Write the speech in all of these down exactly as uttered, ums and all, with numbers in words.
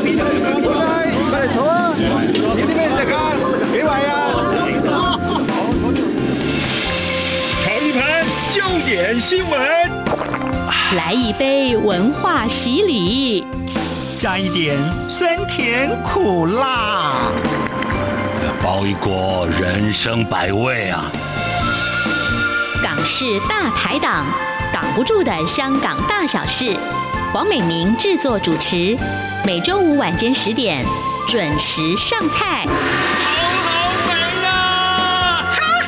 過嚟坐啊！有啲咩食啊？幾位啊？ 炒一盤焦點新聞， 來一杯文化洗禮， 加一點酸甜苦辣， 包一鍋人生百味啊！ 港式大排檔，擋不住的香港大小事。黃美玲製作主持，每週五晚間十點準時上菜。 好好味啊！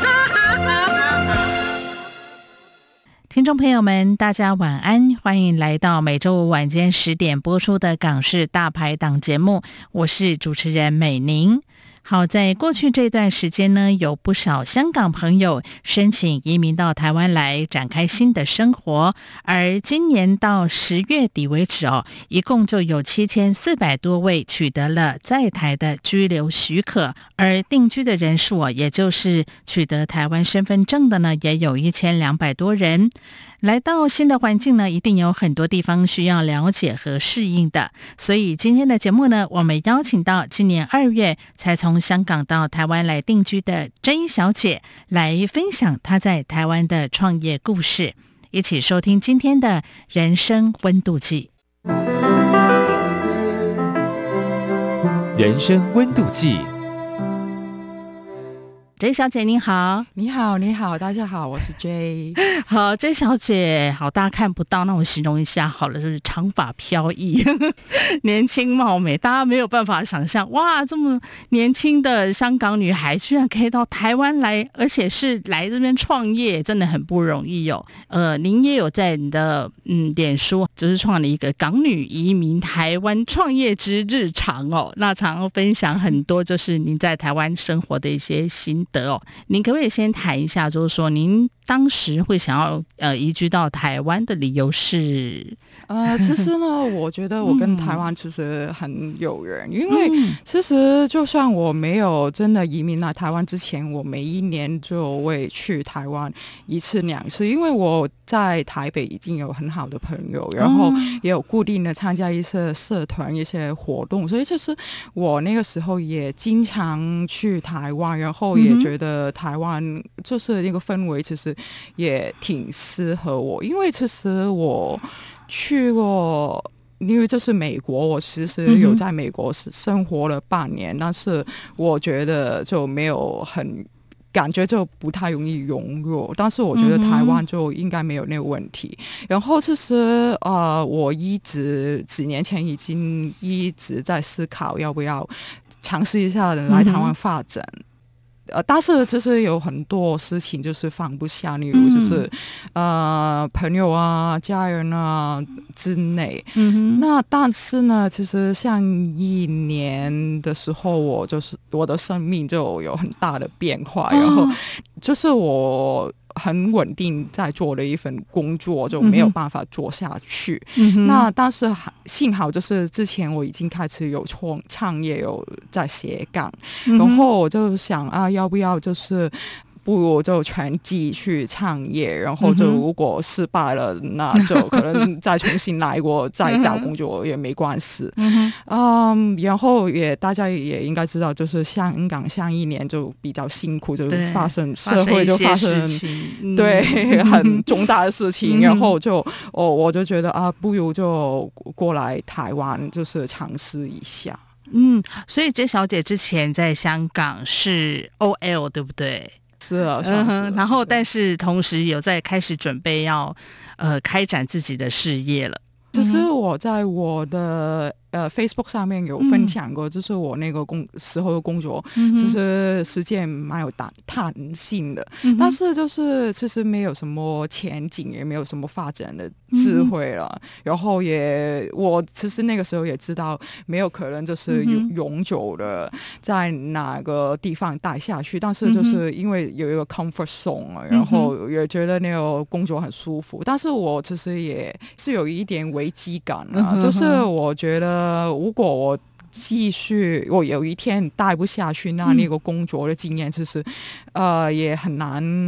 聽眾朋友們，大家晚安，歡迎來到每週五晚間十點播出的港式大排檔節目，我是主持人美玲。好，在過去這段時間呢，有不少香港朋友申請移民到台灣來展開新的生活，而今年到十月底為止哦，一共就有七千四百多位取得了在台的居留許可，而定居的人數哦，也就是取得台灣身份證的呢，也有一千兩百多人。來到新的環境呢，一定有很多地方需要了解和適應的，所以今天的節目呢，我們邀請到今年二月才從香港到台灣來定居的J小姐，來分享她在台灣的創業故事，一起收聽今天的人生溫度計。 人生溫度計。 J 小姐您好。 你好你好，大家好，我是 J。 好，J 小姐好，大家看不到，那我形容一下好了，就是長髮飄逸年輕貌美，大家沒有辦法想象，哇，這麼年輕的香港女孩居然可以到台灣來，而且是來這邊創業，真的很不容易哦。呃，您也有在你的嗯臉書就是創了一個港女移民台灣創業之日常哦，那常分享很多就是您在台灣生活的一些心得哦。您可不可以先談一下，就是說您當時會想要呃移居到台灣的理由是？ 呃，其實呢，我覺得我跟台灣其實很有緣，嗯、因為其實就算我沒有真的移民來台灣之前，我每一年就會去台灣一次兩次，因為我在台北已經有很好的朋友，然後也有固定的參加一些社團、一些活動，所以就是我那個時候也經常去台灣，然後也覺得台灣就是那個氛圍其實也挺適合我，因為其實我去過，因為這是美國，我其實有在美國生活了半年，但是我覺得就沒有很感覺就不太容易融入，但是我覺得台灣就應該沒有那個問題。然後其實呃，我一直幾年前已經一直在思考要不要嘗試一下來台灣發展。呃，但是其實有很多事情就是放不下，例如就是、嗯、呃朋友啊、家人啊之類。嗯，那但是呢，其實像一年的時候，我就是我的生命就有很大的變化，哦、然後就是我很穩定在做的一份工作就沒有辦法做下去。嗯、那但是幸好就是之前我已經開始有創創業，有在斜槓、嗯、然後我就想啊，要不要就是不如就全職去創業，然後就如果失敗了，嗯、那就可能再重新來過再找工作也沒關係。嗯，嗯，然後也大家也應該知道，就是香港上一年就比較辛苦，就發生社會就發生對、嗯、很重大的事情，嗯、然後就哦我就覺得啊，不如就過來台灣就是嘗試一下。 嗯，所以J小姐之前在香港是 O L 對不對？ 是啊， 嗯哼，然後但是同時有在開始準備要呃開展自己的事業了。 就是我在我的呃 Facebook 上面有分享過，就是我那個工時候的工作，嗯、其實時間蠻有彈彈性的、嗯，但是就是其實沒有什麼前景，也沒有什麼發展的智慧了。嗯、然後也我其實那個時候也知道，沒有可能就是永永久的在哪個地方待下去。但是就是因為有一個 comfort zone，、嗯、然後也覺得那個工作很舒服。但是我其實也是有一點危機感啊、嗯，就是我覺得。呃，如果我繼續，我有一天待不下去，那那個工作的經驗其實，呃，也很難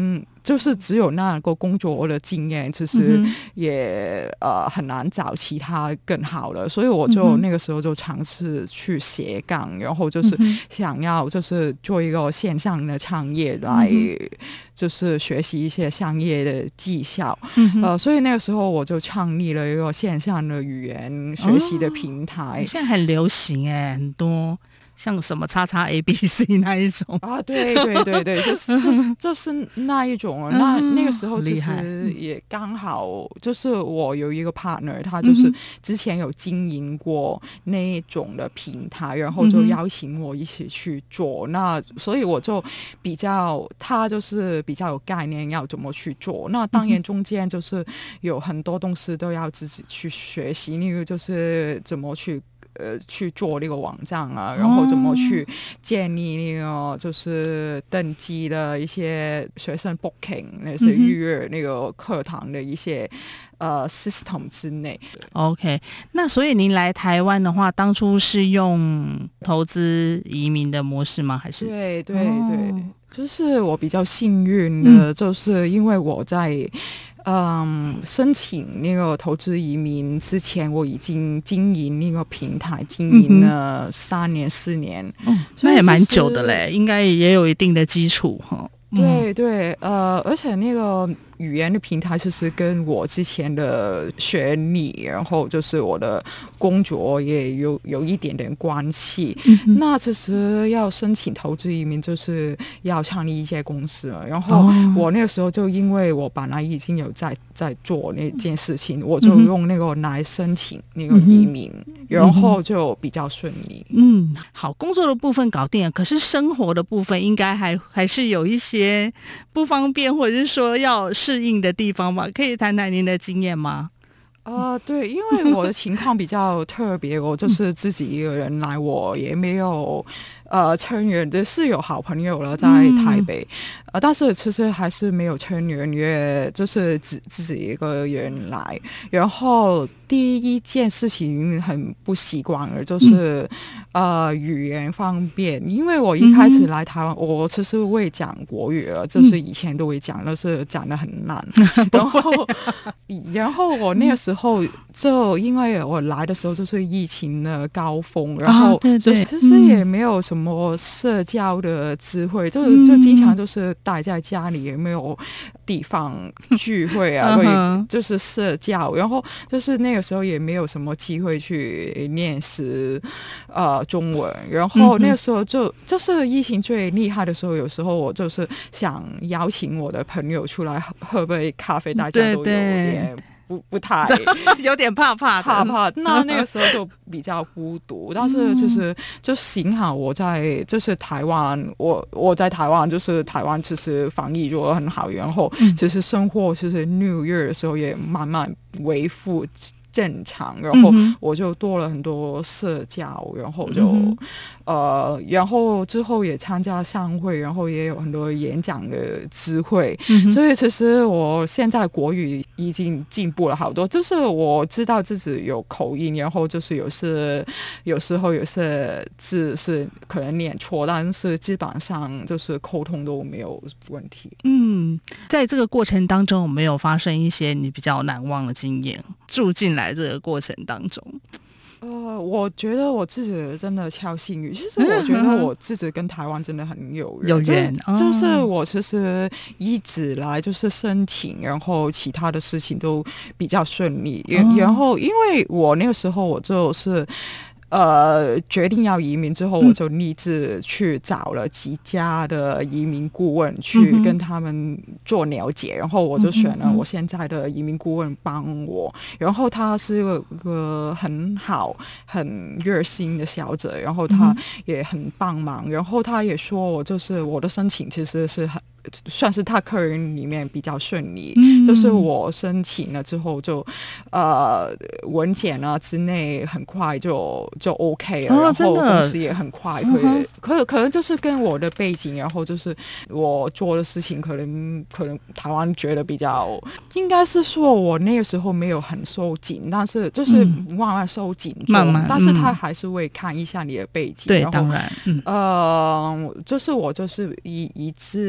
就是只有那个工作的经验，其实也、嗯、呃很难找其他更好的，所以我就、嗯、那个时候就尝试去斜杠，然后就是想要就是做一个线上的创业来。嗯就是学习一些商业的技巧、嗯呃，所以那个时候我就创立了一个线上的语言学习的平台， 哦、现在很流行哎，很多像什么叉叉 A B C 那一种啊，对对对对，就是就是就是那一种、嗯、那那个时候其实也刚好，就是我有一个 partner， 他就是之前有经营过那一种的平台，然后就邀请我一起去做，嗯、那所以我就比较他就是比较有概念要怎么去做，那当然中间就是有很多东西都要自己去学习，例如就是怎么去呃，去做那个网站啊，然后怎么去建立那个就是登记的一些学生 booking 那些预约那个课堂的一些、嗯、呃 system 之内。 OK， 那所以您来台湾的话，当初是用投资移民的模式吗？还是？ 对对对、哦，就是我比较幸运的，嗯、就是因为我在。嗯，申请那个投资移民之前，我已经经营那个平台，经营了三年、嗯、四年， 哦，那也蛮久的嘞，应该也有一定的基础哈。 对对，呃，而且那个语言的平台其实跟我之前的学历，然后就是我的工作也有有一点点关系。嗯、那其实要申请投资移民，就是要创立一些公司，然后我那个时候就因为我本来已经有在在做那件事情，我就用那个来申请那个移民，嗯、然后就比较顺利。 嗯，好，工作的部分搞定了，可是生活的部分应该还还是有一些不方便，或者是说要适应的地方吧？可以谈谈您的经验吗？ 呃，对，因为我的情况比较特别，我就是自己一个人来，我也没有呃成员，是有好朋友了在台北，嗯、呃，但是其实还是没有成员，也就是自自己一个人来。然后第一件事情很不习惯的就是、嗯、呃语言方面，因为我一开始来台湾，嗯、我其实会讲国语了，就是以前都会讲，但是讲得很烂。嗯、然后然后我那个时候就因为我来的时候就是疫情的高峰，然后就其实也没有什么社交的机会，就就经常就是待在家里，也没有地方聚会啊，所以就是社交，然后就是那个时候也没有什么机会去练习呃中文，然后那个时候就就是疫情最厉害的时候，有时候我就是想邀请我的朋友出来喝喝杯咖啡，大家都有点不不太有点怕怕的怕怕，那那个时候就比较孤独。但是其实就幸好我在就是台湾，我我在台湾就是台湾其实防疫做得很好，然后其实生活其实 New Year 的时候也慢慢恢复正常，然后我就多了很多社交，然后就、嗯、呃，然后之后也参加商会，然后也有很多演讲的机会、嗯，所以其实我现在国语已经进步了好多，就是我知道自己有口音，然后就是有时有时候有些字是可能念错，但是基本上就是沟通都没有问题。 嗯，在这个过程当中，有没有发生一些你比较难忘的经验？住进来这个过程当中， 呃，我觉得我自己真的超幸运。其实我觉得我自己跟台湾真的很有缘， 有缘、 哦，就是我其实一直来就是申请，然后其他的事情都比较顺利。哦、然后因为我那个时候我就是。呃，决定要移民之后，我就立志去找了几家的移民顾问去跟他们做了解，嗯、然后我就选了我现在的移民顾问帮我，然后他是一个很好、很热心的小姐，然后他也很帮忙，然后他也说我就是我的申请其实是很。算是他客人里面比较顺利，嗯、就是我申请了之后就，呃，文件啊之内很快就就 OK 了，哦、然后公司也很快可以，嗯、可可能就是跟我的背景，然后就是我做的事情，可能可能台湾觉得比较，应该是说我那个时候没有很收紧，但是就是慢慢收紧，嗯，慢慢，但是他还是会看一下你的背景， 对， 然后当然，嗯、 呃，就是我就是以一致来说。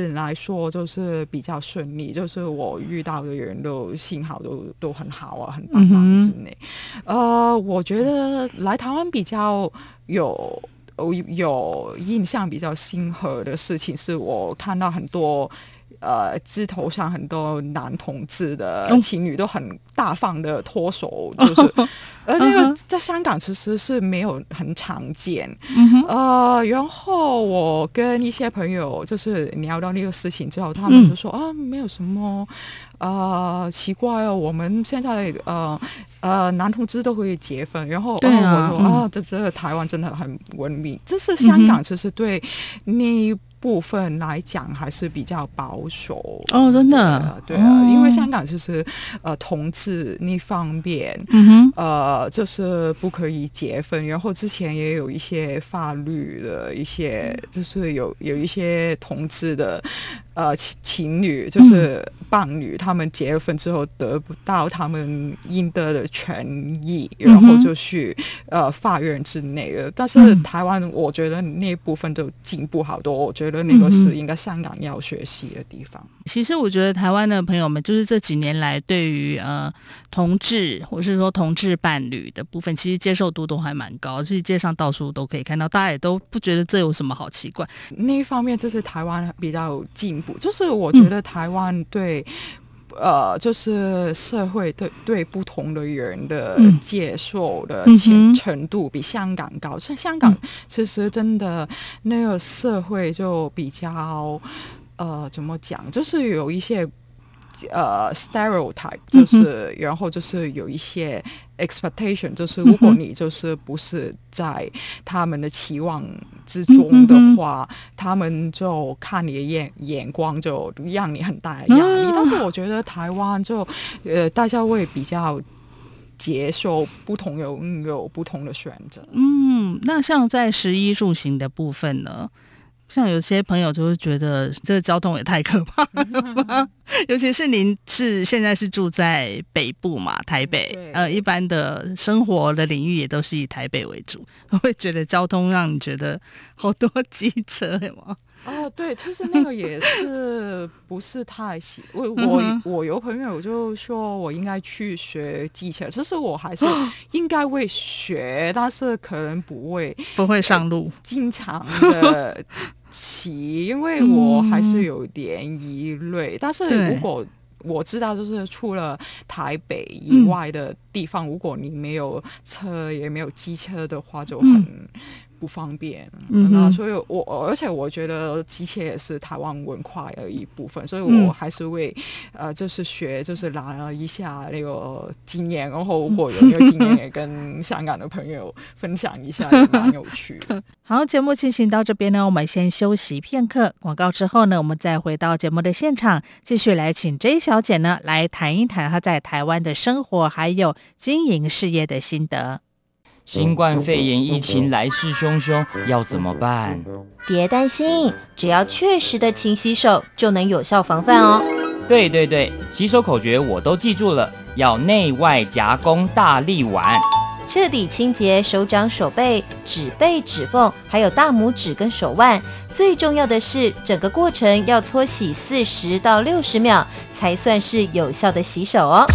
说就是比较顺利，就是我遇到的人都幸好都都很好啊，很帮忙之类。嗯、呃，我觉得来台湾比较有有印象比较深刻的事情，是我看到很多。呃，街头上很多男同志的情侣都很大方的脱手，就是，呃，那个在香港其实是没有很常见。呃，然后我跟一些朋友就是聊到那个事情之后，他们就说啊，没有什么，呃，奇怪哦，我们现在呃呃男同志都会结婚，然后、 对啊、 哦、我说啊，这这台湾真的很文明，这是香港其实对你。部分来讲还是比较保守哦，真的， 对啊，哦、因为香港其实呃同志那方面，嗯哼，呃就是不可以结婚，然后之前也有一些法律的一些，就是有有一些同志的呃情侣，就是伴侣，他们结婚之后得不到他们应得的权益，然后就去、嗯、呃法院之内的。但是台湾，我觉得那部分都进步好多，我觉得。那个是应该香港要学习的地方。 其实我觉得台湾的朋友们，就是这几年来对于呃同志或是说同志伴侣的部分，其实接受度都还蛮高，就是街上到处都可以看到，大家也都不觉得这有什么好奇怪。 那一方面就是台湾比较进步，就是我觉得台湾对。嗯呃，就是社会对对不同的人的接受的程度比香港高。像、嗯、香港其实真的那个社会就比较呃，怎么讲，就是有一些呃 stereotype， 就是、嗯、然后就是有一些 expectation， 就是如果你就是不是在他们的期望之中的话，嗯、他们就看你的眼眼光就让你很大的压力。嗯、但是我觉得台湾就呃大家会比较接受不同有有不同的选择。 嗯，那像在食衣住行的部分呢？像有些朋友就会觉得这个交通也太可怕了吧尤其是您是现在是住在北部嘛，台北，呃，一般的生活的领域也都是以台北为主，我会觉得交通让你觉得好多机车吗？ 哦，对，其实那个也是不是太喜我我我有朋友就说我应该去学机车，其实我还是应该会学，但是可能不会不会上路， 经常的骑，因为我还是有点疑虑。但是如果我知道，就是除了台北以外的地方，嗯、如果你没有车也没有机车的话，就很。嗯不方便，嗯嗯、所以我而且我觉得机车也是台湾文化的一部分，所以我还是会、嗯、呃，就是学，就是拿一下那个经验，然后如果有那个经验也跟香港的朋友分享一下，也蛮有趣的。 好，节目进行到这边呢，我们先休息片刻，广告之后呢，我们再回到节目的现场，继续来请 J 小姐呢来谈一谈她在台湾的生活还有经营事业的心得。 新冠肺炎疫情来势汹汹，要怎么办？ 别担心，只要确实的勤洗手，就能有效防范哦。 对对对，洗手口诀我都记住了，要内外夹攻大力碗， 彻底清洁手掌、手背、指背、指缝，还有大拇指跟手腕。最重要的是，整个过程要搓洗四十到六十秒，才算是有效的洗手哦。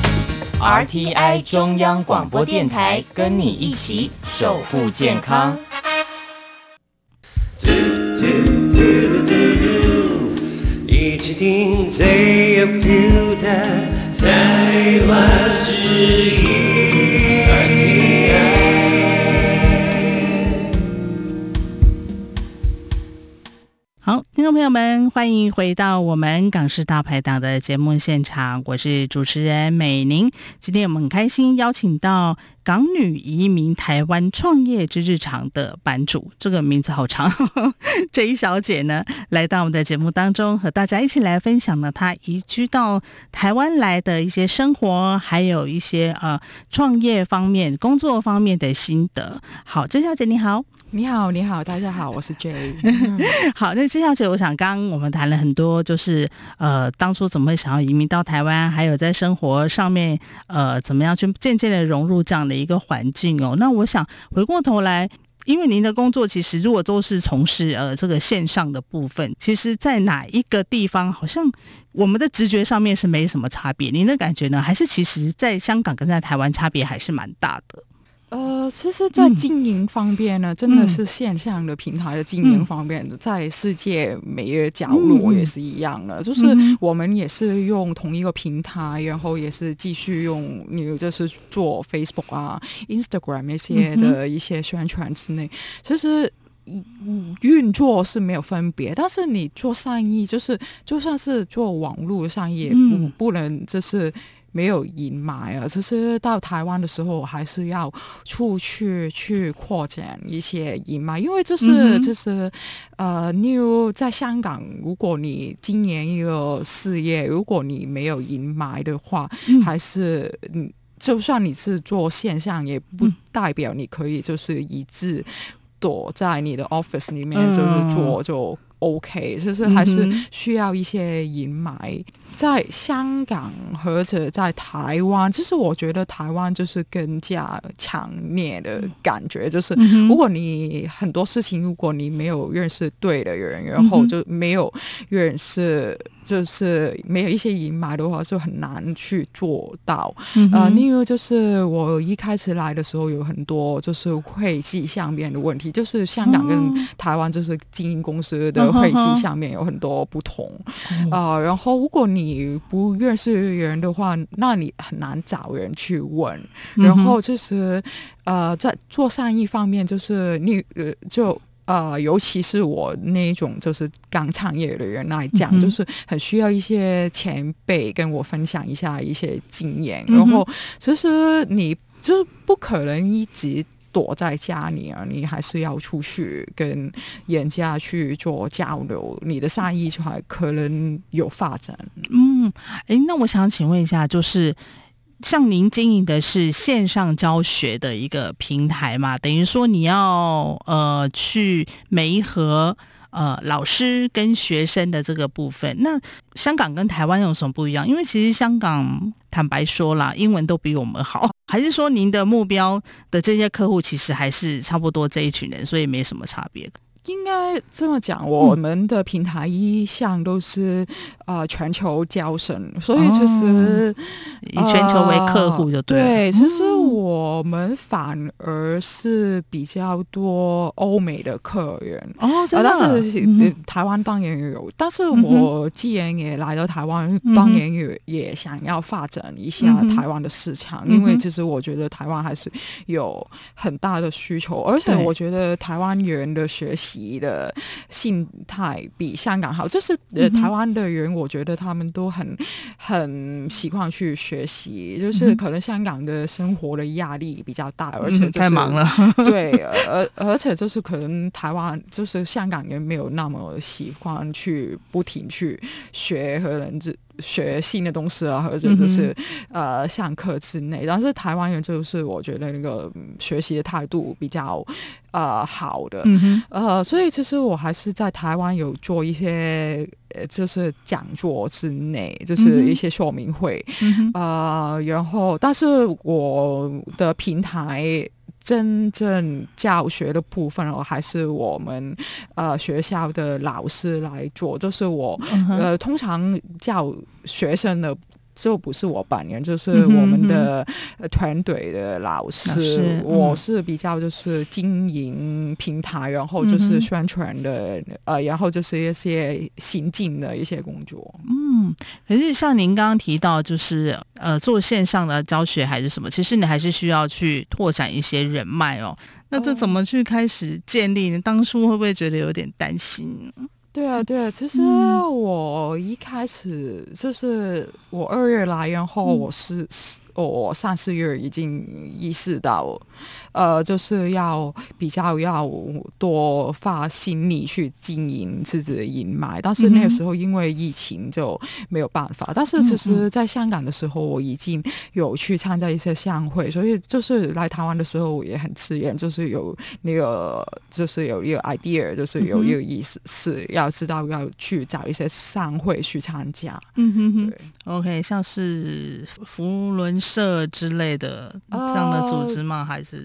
R T I 中央广播电台，跟你一起守护健康。 一起听最有 feel 的台湾之音 R T I。 好，听众朋友们，欢迎回到我们港式大排档的节目现场，我是主持人美玲。今天我们很开心邀请到港女移民台湾创业之日常的版主，这个名字好长J 小姐呢来到我们的节目当中，和大家一起来分享呢她移居到台湾来的一些生活，还有一些呃创业方面工作方面的心得。好，J 小姐你好。 你好，你好，大家好，我是 J。 好，那J小姐，我想刚刚我们谈了很多，就是呃，当初怎么会想要移民到台湾，还有在生活上面，呃，怎么样去渐渐的融入这样的一个环境哦。那我想回过头来， 因为您的工作其实如果都是从事呃这个线上的部分，其实在哪一个地方好像我们的直觉上面是没什么差别，您的感觉呢？还是其实在香港跟在台湾差别还是蛮大的？ 呃，其实，在经营方面呢，嗯、真的是线上的平台的经营方面，嗯、在世界每个角落也是一样的，嗯、就是我们也是用同一个平台，然后也是继续用，你就是做 Facebook 啊、Instagram 一些的一些宣传之类，其实。运作是没有分别，但是你做生意，就是就算是做网络生意，也不、嗯、不能就是没有人买啊。其实到台湾的时候，还是要出去去扩展一些人脉，因为就是、嗯、就是呃，你在香港，如果你经营一个事业，如果你没有人脉的话，嗯、还是嗯，就算你是做线上，也不代表你可以就是一致。躲在你的 office 里面就是做就 OK， 就是还是需要一些人脉。在香港或者在台湾，其实我觉得台湾就是更加强烈的感觉，就是如果你很多事情，如果你没有认识对的人，然后就没有认识。就是没有一些人脉的话，就很难去做到。嗯、呃，因为就是我一开始来的时候，有很多就是会计上面的问题，就是香港跟台湾就是经营公司的会计上面有很多不同。嗯、呃，然后如果你不认识人的话，那你很难找人去问。然后就是呃，在做生意方面，就是你呃就。呃，尤其是我那种就是刚创业的人来讲，嗯、就是很需要一些前辈跟我分享一下一些经验，嗯、然后其实你就不可能一直躲在家里啊，你还是要出去跟人家去做交流，你的生意才可能有发展。 嗯，哎，那我想请问一下，就是。像您经营的是线上教学的一个平台嘛，等于说你要呃去媒合呃老师跟学生的这个部分。那香港跟台湾有什么不一样？因为其实香港坦白说啦，英文都比我们好，还是说您的目标的这些客户其实还是差不多这一群人，所以没什么差别？ 应该这么讲，我们的平台一向都是、嗯、呃全球招生，所以其实、哦、 以全球为客户就对了。 对，其实我们反而是比较多欧美的客人哦，真的。 呃、但是、嗯、台湾当然也有，但是我既然也来到台湾，嗯、当然也也想要发展一下台湾的市场，嗯、因为其实我觉得台湾还是有很大的需求，而且我觉得台湾人的学习的心态比香港好，就是呃台湾的人，我觉得他们都很很习惯去学习，就是可能香港的生活的压力比较大，而且、就是嗯、 太忙了， 对，而而且就是可能台湾就是香港人没有那么喜欢去不停去学和人之。学新的东西啊，或者就是、嗯、呃上课之类，但是台湾人就是我觉得那个学习的态度比较呃好的，嗯、呃，所以其实我还是在台湾有做一些呃就是讲座之类，就是一些说明会，嗯、呃，然后但是我的平台。真正教学的部分哦，还是我们呃学校的老师来做，就是我、嗯、呃通常教学生的。就不是我本人，就是我们的团队的老师、嗯、我是比较就是经营平台，然后就是宣传的、嗯、呃，然后就是一些行进的一些工作。 嗯，可是像您刚刚提到就是呃做线上的教学还是什么，其实你还是需要去拓展一些人脉哦。那这怎么去开始建立呢？当初会不会觉得有点担心？ 对啊，对啊，其实我一开始就是我二月来，然后我是、嗯、我三四月已经意识到，呃，就是要比较要多花心力去经营自己的人脉，但是那个时候因为疫情就没有办法。但是其实在香港的时候，我已经有去参加一些商会，所以就是来台湾的时候我也很自然，就是有那个就是有一个 idea， 就是有一个意思是要知道要去找一些商会去参加。 嗯哼哼 ，OK， 像是福伦社之类的这样的组织吗？还是？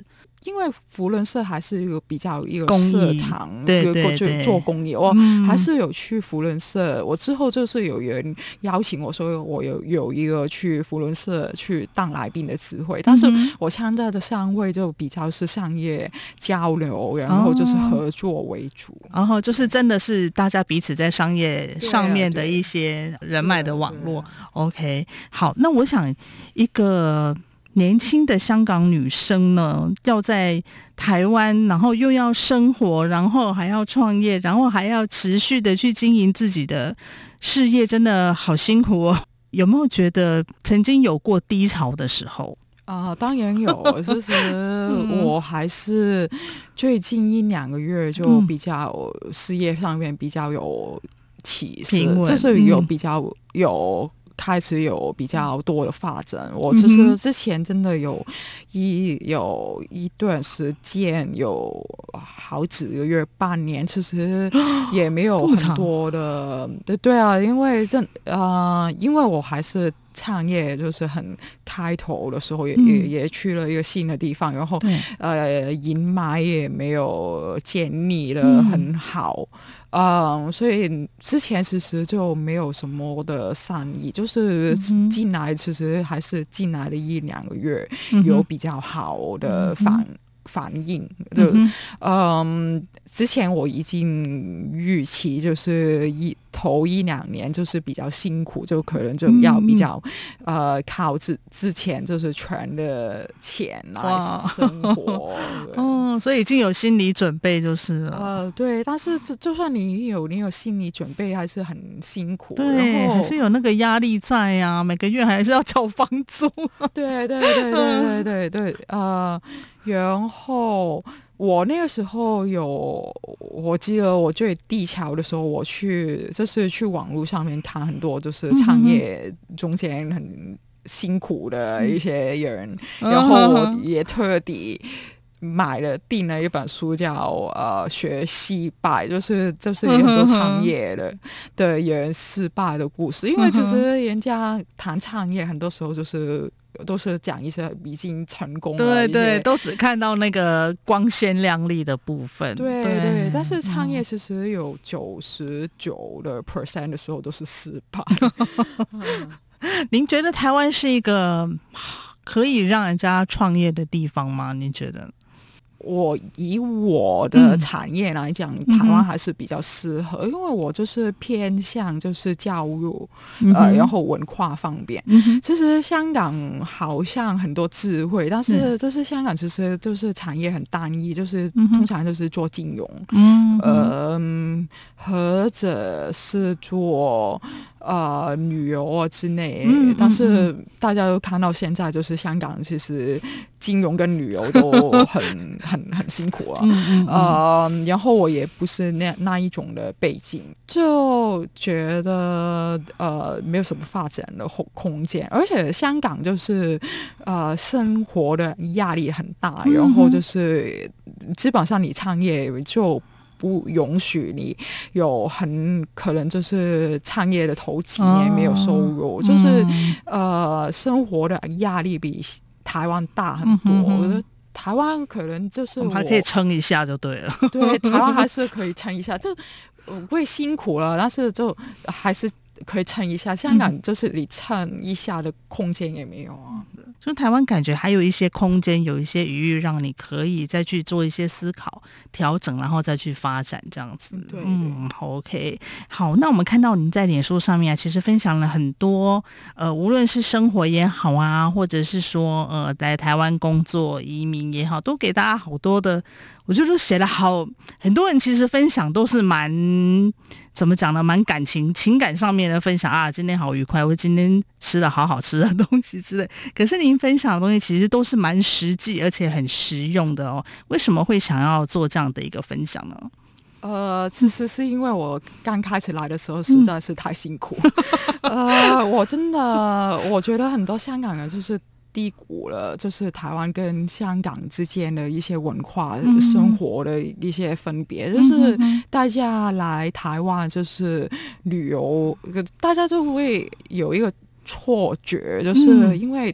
因为扶轮社还是一个比较一个公益社团， 对对就对做公益，我嗯还是有去扶轮社。我之后就是有人邀请我说，我有有一个去扶轮社去当来宾的机会，但是我参加的商会就比较是商业交流，然后就是合作为主， 然后就是真的是大家彼此在商业上面的一些人脉的网络。OK， 好，那我想一个年轻的香港女生呢，要在台湾，然后又要生活，然后还要创业，然后还要持续的去经营自己的事业，真的好辛苦哦。有没有觉得曾经有过低潮的时候？ 啊、呃，当然有。其实我还是最近一两个月就比较事业上面比较有起色，就是有比较有。开始有比较多的发展。我其实之前真的有一有一段时间有好几个月、半年，其实也没有很多的。对对啊，因为这呃，因为我还是创业，就是很开头的时候也、嗯、也也去了一个新的地方，然后呃，人脉也没有建立的很好。嗯，所以之前其实就没有什么的善意，就是进来其实还是进来了一两个月，嗯、有比较好的反、嗯、反应。就嗯, 嗯，之前我已经预期就是一头一两年就是比较辛苦，就可能就要比较、嗯、呃靠之之前就是存的钱来生活。 哦，所以已经有心理准备就是了。 呃，对，但是就就算你有你有心理准备，还是很辛苦。 对， 然后还是有那个压力在呀、啊，每个月还是要缴房租。 对对对对对对对，呃，然后。我那个时候有，我记得我最低潮的时候，我去就是去网络上面看很多就是创业中间很辛苦的一些人，嗯、然后我也特地买了订了一本书叫呃学失败，就是就是有很多创业的的人失败的故事，因为其实人家谈创业很多时候就是都是讲一些已经成功了， 对对，都只看到那个光鲜亮丽的部分， 对 对, 对，但是创业其实有九十九的 percent 的时候都是失败。 嗯、您觉得台湾是一个可以让人家创业的地方吗？您觉得？ 我以我的产业来讲、嗯、台湾还是比较适合、嗯、因为我就是偏向就是教育、嗯、呃，然后文化方面、嗯、其实香港好像很多智慧，但是就是香港其实就是产业很单一，就是通常就是做金融，嗯呃，或者是做呃旅游啊之类、嗯、但是大家都看到现在就是香港其实金融跟旅游都很很很辛苦啊，嗯嗯嗯呃，然后我也不是那那一种的背景，就觉得呃没有什么发展的空间，而且香港就是呃生活的压力很大，嗯、然后就是基本上你创业就不允许你有很可能就是创业的头几年没有收入，哦、就是、嗯、呃生活的压力比台湾大很多。嗯、我觉得台湾可能就是我我们还可以撑一下就对了。 对，台湾还是可以撑一下，就会辛苦了，但是就还是可以撑一下。香港就是你撑一下的空间也没有啊。嗯， 就台湾感觉还有一些空间，有一些余裕，让你可以再去做一些思考、调整，然后再去发展这样子。 对， 嗯 ，OK， 好，那我们看到您在脸书上面啊，其实分享了很多，呃，无论是生活也好啊，或者是说呃来台湾工作、移民也好，都给大家好多的，我觉得写了好很多人其实分享都是蛮怎么讲呢？蛮感情、情感上面的分享啊，今天好愉快，我今天吃了好好吃的东西之类。可是您分享的东西其实都是蛮实际而且很实用的哦。为什么会想要做这样的一个分享呢？ 呃，其实是因为我刚开始来的时候实在是太辛苦，嗯、呃，我真的我觉得很多香港人就是低估了，就是台湾跟香港之间的一些文化、嗯、生活的一些分别，就是大家来台湾就是旅游，大家就会有一个错觉，就是因为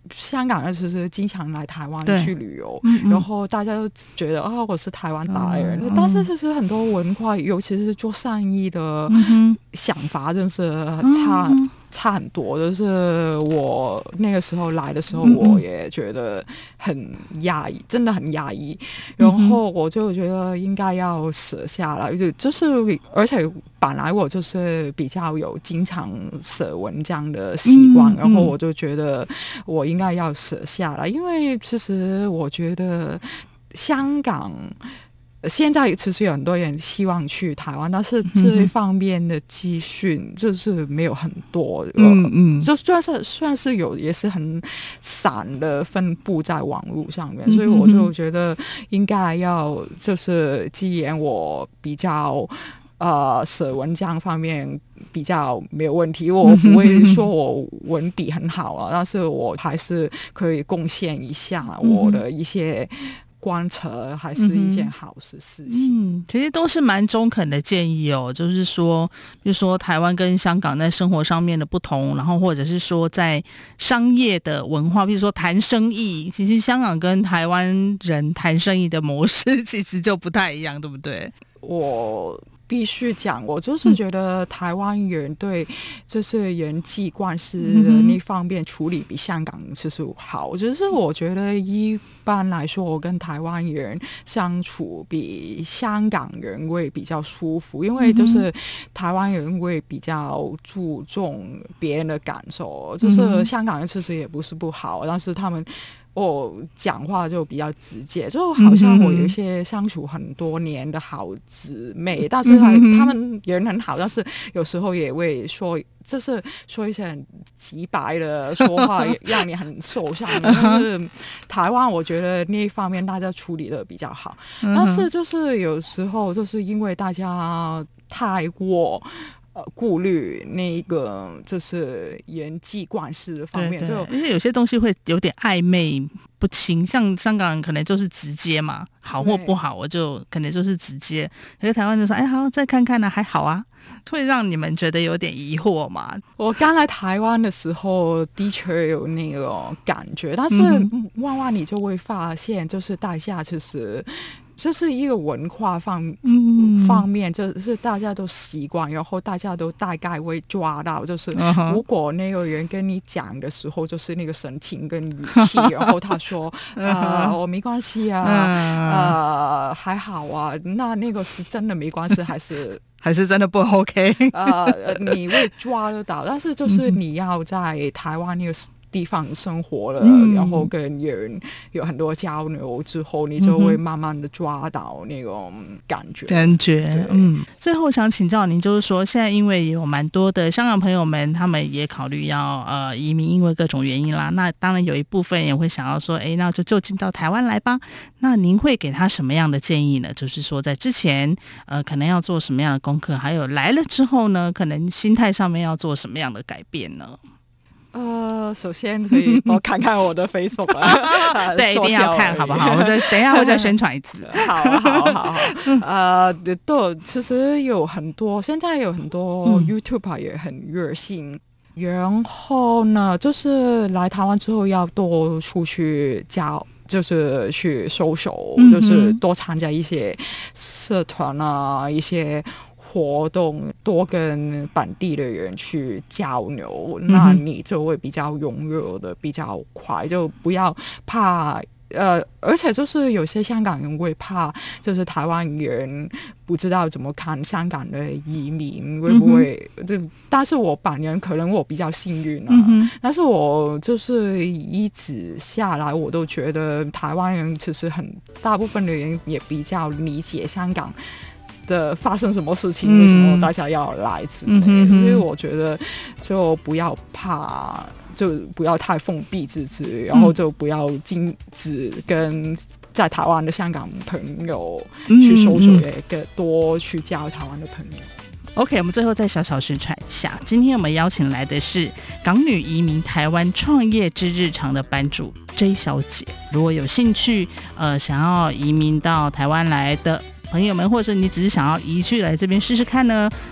香港人其实经常来台湾去旅游， 嗯嗯然后大家都觉得啊、哦，我是台湾达人、嗯。但是其实很多文化，尤其是做生意的想法，真是差、嗯、差很多。就是我那个时候来的时候，我也觉得很压抑，真的很压抑。然后我就觉得应该要舍下来，就就是而且本来我就是比较有经常舍文这样的习惯、嗯嗯，然后我就觉得我应该要舍下来，因为其实我觉得香港现在其实有很多人希望去台湾，但是这方面的资讯就是没有很多，嗯嗯，就算是算是有，也是很散的分布在网络上面，所以我就觉得应该要就是既然我比较。呃，舍文章方面比较没有问题，我不会说我文笔很好啊，但是我还是可以贡献一下我的一些观察，还是一件好事事情。 嗯，其实都是蛮中肯的建议哦，就是说，比如说台湾跟香港在生活上面的不同，然后或者是说在商业的文化，比如说谈生意，其实香港跟台湾人谈生意的模式其实就不太一样，对不对？ 我。必须讲，我就是觉得台湾人对就是人际关系的那方面处理比香港其实好，就是我觉得一般来说，我跟台湾人相处比香港人会比较舒服，因为就是台湾人会比较注重别人的感受，就是香港人其实也不是不好，但是他们。我讲话就比较直接，就好像我有一些相处很多年的好姊妹，但是他们人很好，但是有时候也会说，就是说一些很直白的说话，让你很受伤。但是台湾我觉得那一方面大家处理的比较好，但是就是有时候就是因为大家太过。呃，顾虑那个就是人际关系的方面， 对对就因为有些东西会有点暧昧不清，像香港人可能就是直接嘛，好或不好，我就可能就是直接。可是台湾就说，哎，好，再看看呢、啊，还好啊，会让你们觉得有点疑惑嘛。 我刚来台湾的时候，的确有那个感觉，但是慢慢你就会发现，就是大家其实。就是一个文化方、嗯、方面，就是大家都习惯，然后大家都大概会抓到，就是如果那个人跟你讲的时候，就是那个神情跟语气，然后他说呃我没关系啊，呃还好啊，那那个是真的没关系还是？ 还是真的不 OK？ 呃，你会抓得到，但是就是你要在台湾那个地方生活了、嗯、然后跟人有很多交流之后，你就会慢慢的抓到那种感觉感觉嗯。最后想请教您，就是说现在因为有蛮多的香港朋友们，他们也考虑要呃移民，因为各种原因啦，那当然有一部分也会想要说，哎，那就就近到台湾来吧。那您会给他什么样的建议呢？就是说在之前呃可能要做什么样的功课，还有来了之后呢，可能心态上面要做什么样的改变呢？ 呃，首先可以帮我看看我的 Facebook 啊， 对，一定要看，好不好？我再等一下会再宣传一次。 好好好好，呃，对，其实有很多，现在有很多 YouTuber 也很热心。嗯、然后呢，就是来台湾之后要多出去交。就是去收手，就是多参加一些社团啊，一些活动，多跟本地的人去交流，嗯、那你就会比较融入的比较快，就不要怕。呃，而且就是有些香港人会怕，就是台湾人不知道怎么看香港的移民会不会？嗯、但是我本人可能我比较幸运啊，嗯、但是我就是一直下来，我都觉得台湾人其实很大部分的人也比较理解香港的发生什么事情，嗯、为什么大家要来之类的，嗯、所以我觉得就不要怕。就不要太封闭自己，然后就不要禁止跟在台湾的香港朋友去收手，也更多去交台湾的朋友。 OK， 我们最后再小小宣传一下，今天我们邀请来的是港女移民台湾创业之日常的版主 J 小姐。如果有兴趣，呃，想要移民到台湾来的朋友们，或者你只是想要移居来这边试试看呢，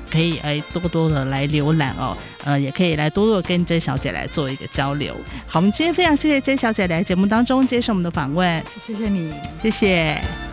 可以哎多多的来浏览哦，呃，也可以来多多跟甄小姐来做一个交流。好，我们今天非常谢谢甄小姐来节目当中接受我们的访问， 谢谢你， 谢谢。